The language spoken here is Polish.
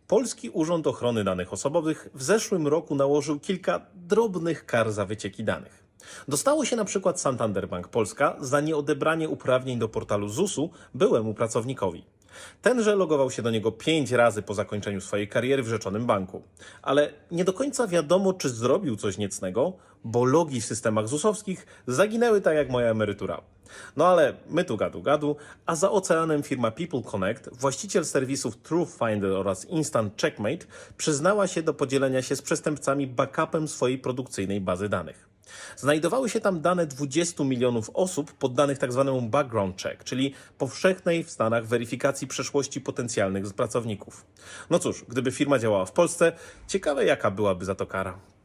Polski Urząd Ochrony Danych Osobowych w zeszłym roku nałożył kilka drobnych kar za wycieki danych. Dostało się na przykład Santander Bank Polska za nieodebranie uprawnień do portalu ZUS-u byłemu pracownikowi. Tenże logował się do niego 5 razy po zakończeniu swojej kariery w rzeczonym banku. Ale nie do końca wiadomo, czy zrobił coś niecnego, bo logi w systemach ZUS-owskich zaginęły tak jak moja emerytura. No ale my tu gadu, a za oceanem firma People Connect, właściciel serwisów Truth Finder oraz Instant Checkmate, przyznała się do podzielenia się z przestępcami backupem swojej produkcyjnej bazy danych. Znajdowały się tam dane 20 milionów osób poddanych tzw. background check, czyli powszechnej w Stanach weryfikacji przeszłości potencjalnych pracowników. No cóż, gdyby firma działała w Polsce, ciekawe jaka byłaby za to kara.